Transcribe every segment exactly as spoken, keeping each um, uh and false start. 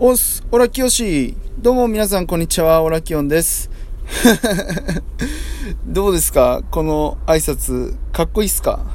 おっす、オラキヨシ。どうも皆さんこんにちは、オラキヨンです。どうですかこの挨拶、かっこいいっすか？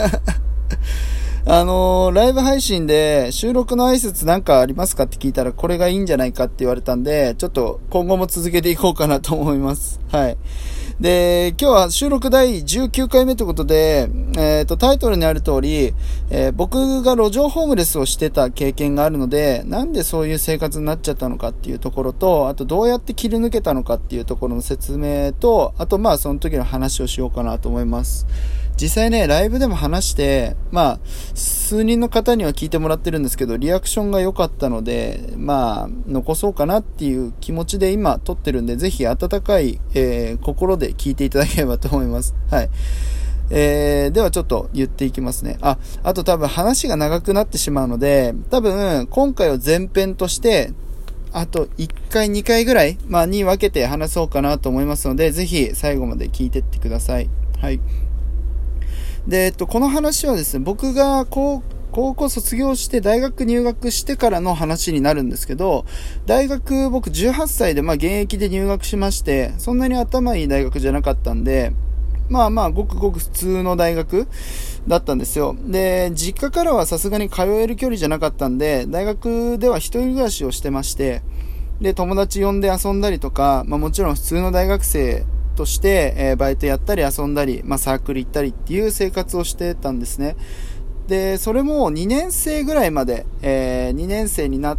あのー、ライブ配信で収録の挨拶なんかありますかって聞いたらこれがいいんじゃないかって言われたんで、ちょっと今後も続けていこうかなと思います。はい。で、今日は収録だいじゅうきゅうかいめということで、えっと、タイトルにある通り、えー、僕が路上ホームレスをしてた経験があるので、なんでそういう生活になっちゃったのかっていうところと、あとどうやって切り抜けたのかっていうところの説明と、あとまあその時の話をしようかなと思います。実際ね、ライブでも話して、まあ、数人の方には聞いてもらってるんですけど、リアクションが良かったので、まあ、残そうかなっていう気持ちで今撮ってるんで、ぜひ温かい、えー、心で聞いていただければと思います。はい。えー、ではちょっと言っていきますね。あ、あと多分話が長くなってしまうので、多分今回を前編として、あといっかいにかいぐらい、まあ、に分けて話そうかなと思いますので、ぜひ最後まで聞いてってください。はい。で、えっと、この話はですね、僕が高高校卒業して大学入学してからの話になるんですけど、大学僕じゅうはっさいでまあ現役で入学しまして、そんなに頭いい大学じゃなかったんで、まあまあごくごく普通の大学だったんですよ。で、実家からはさすがに通える距離じゃなかったんで、大学では一人暮らしをしてまして、で、友達呼んで遊んだりとか、まあもちろん普通の大学生として、えー、バイトやったり遊んだり、まあサークル行ったりっていう生活をしてたんですね。で、それもにねん生ぐらいまで、えー、にねん生になって、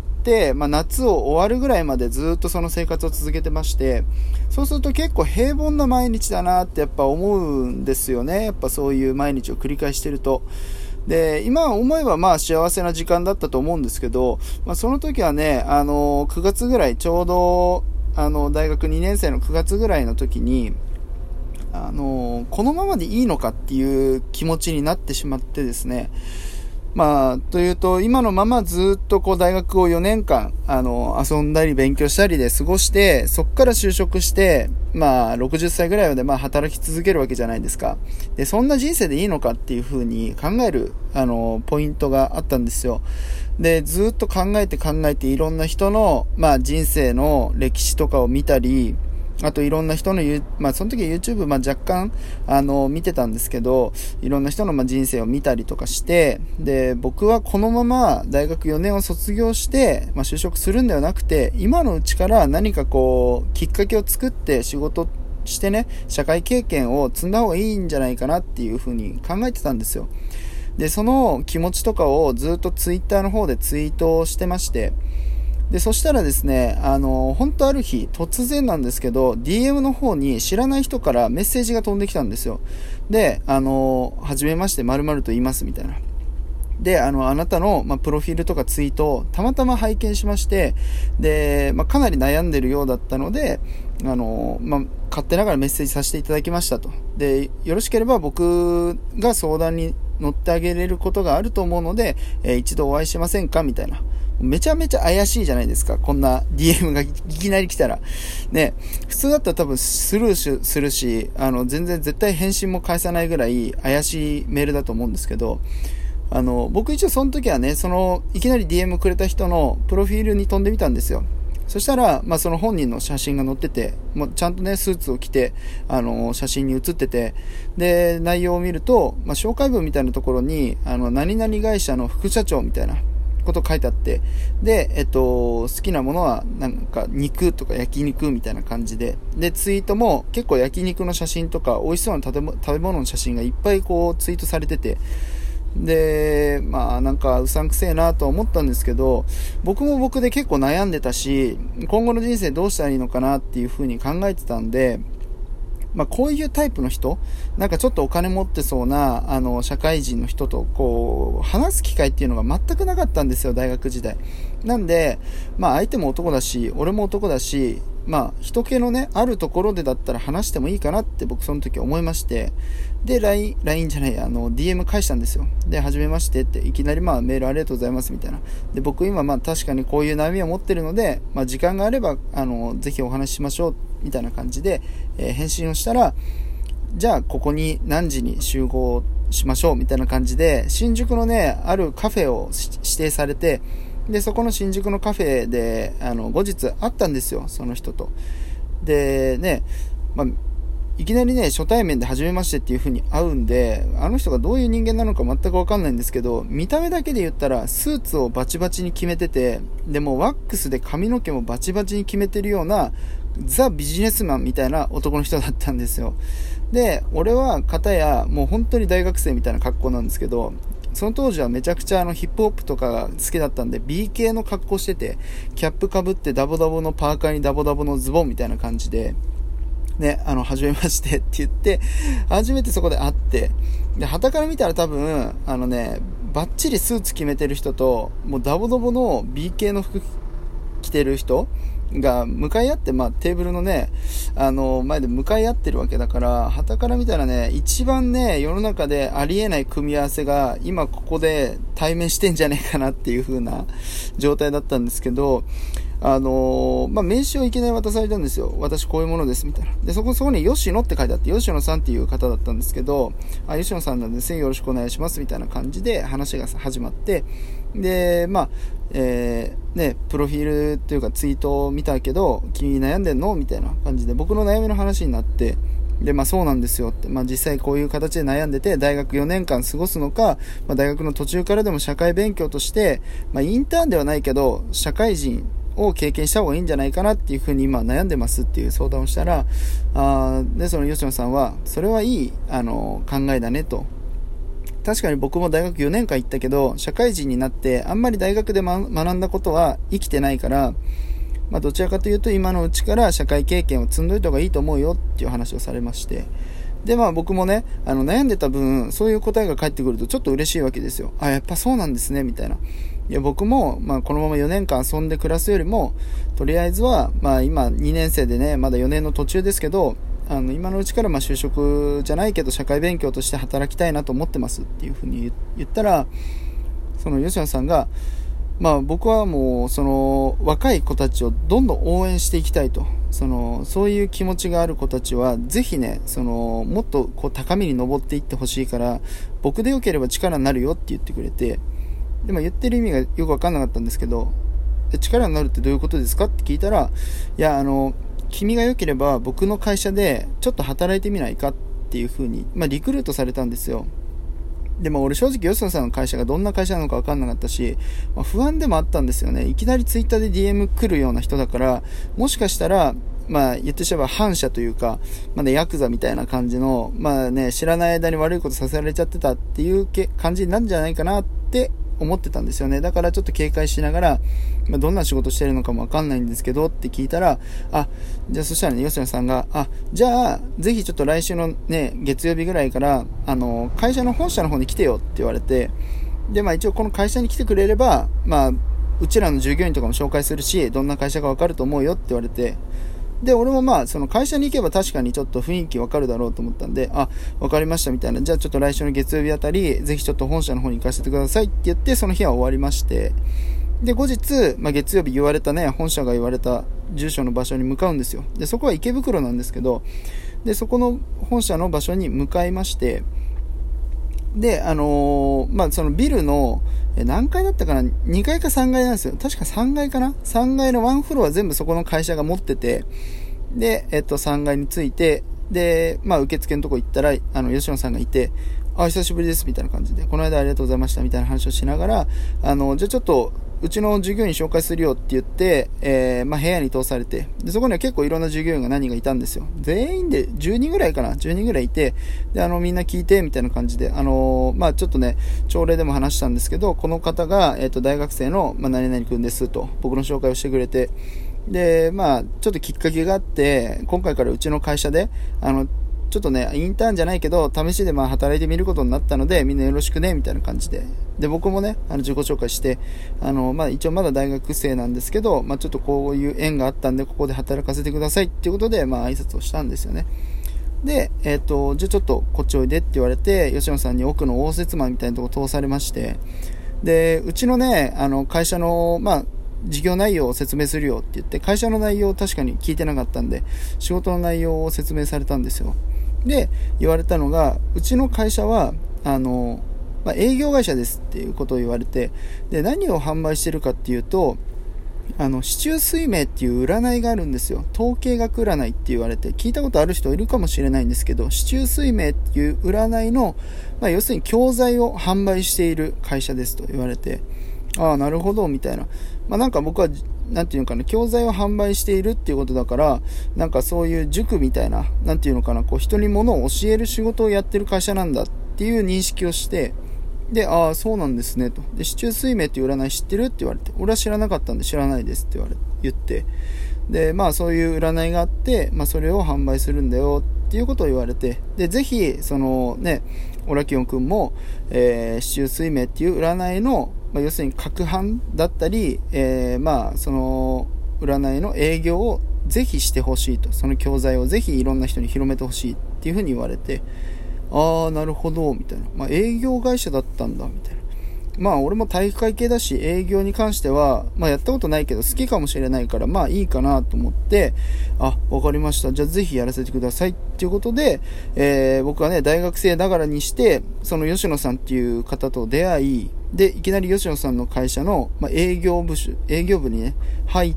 まあ夏を終わるぐらいまでずっとその生活を続けてまして、そうすると結構平凡な毎日だなってやっぱ思うんですよね。やっぱそういう毎日を繰り返してると。で、今思えばまあ幸せな時間だったと思うんですけど、まあその時はね、あの、くがつぐらいちょうど、あの、大学にねん生のくがつぐらいの時に、あの、このままでいいのかっていう気持ちになってしまってですね。まあ、というと、今のままずっとこう大学をよねんかん、あの、遊んだり勉強したりで過ごして、そっから就職して、まあ、ろくじゅっさいぐらいまでまあ働き続けるわけじゃないですか。で、そんな人生でいいのかっていうふうに考える、あの、ポイントがあったんですよ。で、ずっと考えて考えていろんな人の、まあ人生の歴史とかを見たり、あといろんな人の、まあその時 YouTube、まあ若干、あの、見てたんですけど、いろんな人のまあ人生を見たりとかして、で、僕はこのまま大学よねんを卒業して、まあ就職するんではなくて、今のうちから何かこう、きっかけを作って仕事してね、社会経験を積んだ方がいいんじゃないかなっていうふうに考えてたんですよ。で、その気持ちとかをずっと Twitter の方でツイートしてまして、で、そしたらですね、あの、本当ある日、突然なんですけど、ディーエム の方に知らない人からメッセージが飛んできたんですよ。で、あの、はじめまして、〇〇と言います、みたいな。で、あの、あなたの、まあ、プロフィールとかツイートをたまたま拝見しまして、で、まあ、かなり悩んでるようだったので、あの、まあ、勝手ながらメッセージさせていただきましたと。で、よろしければ僕が相談に乗ってあげれることがあると思うので、えー、一度お会いしませんかみたいな。めちゃめちゃ怪しいじゃないですか。こんな ディーエム がいきなり来たら。ね、普通だったら多分スルーするし、あの、全然絶対返信も返さないぐらい怪しいメールだと思うんですけど、あの、僕一応その時はね、その、いきなり ディーエム くれた人のプロフィールに飛んでみたんですよ。そしたら、まあ、その本人の写真が載ってて、もうちゃんとね、スーツを着て、あの、写真に写ってて、で、内容を見ると、まあ、紹介文みたいなところに、あの、何々会社の副社長みたいなこと書いてあって、で、えっと、好きなものは、なんか、肉とか焼肉みたいな感じで、で、ツイートも結構焼肉の写真とか、美味しそうな食べ物の写真がいっぱいこう、ツイートされてて、で、まあなんかうさんくせえなと思ったんですけど、僕も僕で結構悩んでたし、今後の人生どうしたらいいのかなっていう風に考えてたんで、まあこういうタイプの人、なんかちょっとお金持ってそうな、あの、社会人の人とこう、話す機会っていうのが全くなかったんですよ、大学時代。なんで、まあ相手も男だし、俺も男だし、まあ人気のね、あるところでだったら話してもいいかなって僕その時思いまして、で、LINE、LINE じゃない、あの、ディーエム 返したんですよ。で、はじめましてって、いきなりまあメールありがとうございますみたいな。で、僕今まあ確かにこういう悩みを持ってるので、まあ時間があれば、あの、ぜひお話ししましょう、みたいな感じで、えー、返信をしたら、じゃあここに何時に集合しましょうみたいな感じで、新宿のね、あるカフェを指定されて、 で、そこの新宿のカフェで、あの、後日会ったんですよ、その人と。で、ね、まあ、いきなりね、初対面で初めましてっていう風に会うんで、あの人がどういう人間なのか全くわかんないんですけど、見た目だけで言ったら、スーツをバチバチに決めてて、でもワックスで髪の毛もバチバチに決めてるような、ザ・ビジネスマンみたいな男の人だったんですよ。で、俺は片や、もう本当に大学生みたいな格好なんですけど、その当時はめちゃくちゃあのヒップホップとかが好きだったんで ビー 系の格好してて、キャップ被ってダボダボのパーカーにダボダボのズボンみたいな感じで、ね、あの、はじめましてって言って、初めてそこで会って、で、旗から見たら多分、あのね、バッチリスーツ決めてる人と、もうダボダボの ビー 系の服着てる人が向かい合って、まあ、テーブルのね、あの、前で向かい合ってるわけだから、旗から見たらね、一番ね、世の中でありえない組み合わせが、今ここで対面してんじゃねえかなっていう風な状態だったんですけど、あのー、まあ、名刺をいきなり渡されたんですよ。私こういうものです、みたいな。で、そこ、そこに吉野って書いてあって、吉野さんっていう方だったんですけど、あ、吉野さんなんですね、よろしくお願いします、みたいな感じで話が始まって、で、まあ、えー、ね、プロフィールというかツイートを見たけど、君悩んでんのみたいな感じで、僕の悩みの話になって、で、まあそうなんですよって。まあ実際こういう形で悩んでて、大学よねんかん過ごすのか、まあ大学の途中からでも社会勉強として、まあインターンではないけど、社会人を経験した方がいいんじゃないかなっていうふうに今悩んでますっていう相談をしたら、あで、その吉野さんは、それはいい、あの、考えだねと。確かに僕も大学よねんかん行ったけど、社会人になってあんまり大学で、ま、学んだことは生きてないから、まあどちらかというと今のうちから社会経験を積んどいた方がいいと思うよっていう話をされまして、でまあ僕もね、あの悩んでた分、そういう答えが返ってくるとちょっと嬉しいわけですよ。あ、やっぱそうなんですね、みたいな。いや僕も、まあこのままよねんかん遊んで暮らすよりも、とりあえずは、まあ今にねん生でね、まだよねんの途中ですけど、あの今のうちからまあ就職じゃないけど社会勉強として働きたいなと思ってますっていうふうに言ったら、その吉野さんが、まあ僕はもうその若い子たちをどんどん応援していきたいと、そのそういう気持ちがある子たちはぜひね、そのもっとこう高みに登っていってほしいから、僕でよければ力になるよって言ってくれて、でも言ってる意味がよく分かんなかったんですけど、力になるってどういうことですかって聞いたら、いやあの君が良ければ僕の会社でちょっと働いてみないかっていう風に、まあ、リクルートされたんですよ。でも俺正直吉野さんの会社がどんな会社なのか分かんなかったし、まあ、不安でもあったんですよね。いきなりツイッターで ディーエム 来るような人だから、もしかしたらまあ言ってしまえば反社というか、まあね、ヤクザみたいな感じの、まあね、知らない間に悪いことさせられちゃってたっていう感じになるんじゃないかなって思ってたんですよね。だからちょっと警戒しながら、まあ、どんな仕事してるのかもわかんないんですけどって聞いたら、あ、じゃあそしたらね、吉野さんが、あ、じゃあぜひちょっと来週のね、月曜日ぐらいから、あの、会社の本社の方に来てよって言われて、で、まあ一応この会社に来てくれれば、まあ、うちらの従業員とかも紹介するし、どんな会社かわかると思うよって言われて、で、俺もまあ、その会社に行けば確かにちょっと雰囲気わかるだろうと思ったんで、あ、わかりましたみたいな。じゃあちょっと来週の月曜日あたり、ぜひちょっと本社の方に行かせてくださいって言って、その日は終わりまして、で、後日、まあ月曜日言われたね、本社が言われた住所の場所に向かうんですよ。で、そこは池袋なんですけど、で、そこの本社の場所に向かいまして、で、あのー、まあ、そのビルの、え、何階だったかな ?に 階かさんがいなんですよ。確かさんがいかな ?さん 階のワンフロア全部そこの会社が持ってて、で、えっと、さんがいに着いて、で、まあ、受付のとこ行ったら、あの、吉野さんがいて、あ、久しぶりです、みたいな感じで、この間ありがとうございました、みたいな話をしながら、あの、じゃあちょっと、うちの従業員紹介するよって言って、えー、まあ、部屋に通されて、で、そこには結構いろんな従業員が何人かいたんですよ。全員でじゅうにんぐらいかな ?じゅうにんぐらいいて、で、あの、みんな聞いて、みたいな感じで、あのー、まあ、ちょっとね、朝礼でも話したんですけど、この方が、えっと、大学生の、まあ、何々くんですと、僕の紹介をしてくれて、で、まあ、ちょっときっかけがあって、今回からうちの会社で、あの、ちょっとね、インターンじゃないけど、試しでまあ働いてみることになったので、みんなよろしくね、みたいな感じで。で、僕もね、あの、自己紹介して、あの、まあ一応まだ大学生なんですけど、まあちょっとこういう縁があったんで、ここで働かせてくださいっていうことで、まあ挨拶をしたんですよね。で、えっと、じゃあちょっとこっちおいでって言われて、吉野さんに奥の応接間みたいなとこ通されまして、で、うちのね、あの、会社の、まあ、事業内容を説明するよって言って、会社の内容を確かに聞いてなかったんで、仕事の内容を説明されたんですよ。で、言われたのが、うちの会社は、あの、 まあ、営業会社ですっていうことを言われて、で、何を販売してるかっていうと、あの、四柱推命っていう占いがあるんですよ。統計学占いって言われて、聞いたことある人いるかもしれないんですけど、四柱推命っていう占いの、まあ、要するに教材を販売している会社ですと言われて、ああ、なるほど、みたいな。まあ、なんか僕は、なんていうのかな、教材を販売しているっていうことだから、なんかそういう塾みたいな、なんていうのかな、こう人に物を教える仕事をやってる会社なんだっていう認識をして、で、ああ、そうなんですね、と。で、四柱推命っていう占い知ってるって言われて、俺は知らなかったんで知らないですって言われ、言って、で、まあそういう占いがあって、まあそれを販売するんだよっていうことを言われて、で、ぜひ、そのね、オラキオンくんも、えー、四柱推命っていう占いの、まあ、要するに拡販だったり、えー、まあその占いの営業をぜひしてほしいと、その教材をぜひいろんな人に広めてほしいっていうふうに言われて、ああ、なるほど、みたいな。まあ、営業会社だったんだ、みたいな。まあ、俺も体育会系だし、営業に関しては、まあ、やったことないけど、好きかもしれないから、まあ、いいかなと思って、あ、わかりました。じゃあ、ぜひやらせてください。っていうことで、えー、僕はね、大学生ながらにして、その吉野さんっていう方と出会い、で、いきなり吉野さんの会社の、まあ、営業部署、営業部にね、入って、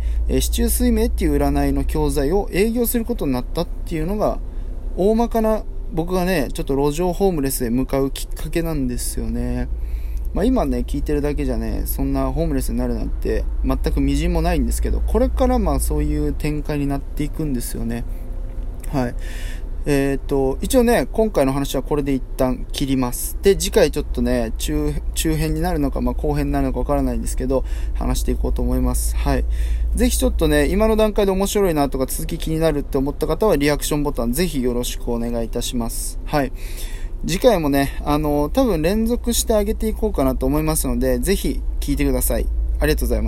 えー、四柱推命っていう占いの教材を営業することになったっていうのが、大まかな、僕がね、ちょっと路上ホームレスへ向かうきっかけなんですよね。まあ今ね、聞いてるだけじゃね、そんなホームレスになるなんて全く微塵もないんですけど、これからまあそういう展開になっていくんですよね。はい。えー、っと、一応ね、今回の話はこれで一旦切ります。で、次回ちょっとね、中、中編になるのか、まあ後編になるのかわからないんですけど、話していこうと思います。はい。ぜひちょっとね、今の段階で面白いなとか続き気になるって思った方はリアクションボタンぜひよろしくお願いいたします。はい。次回もね、あの、多分連続してあげていこうかなと思いますので、ぜひ聞いてください。ありがとうございます。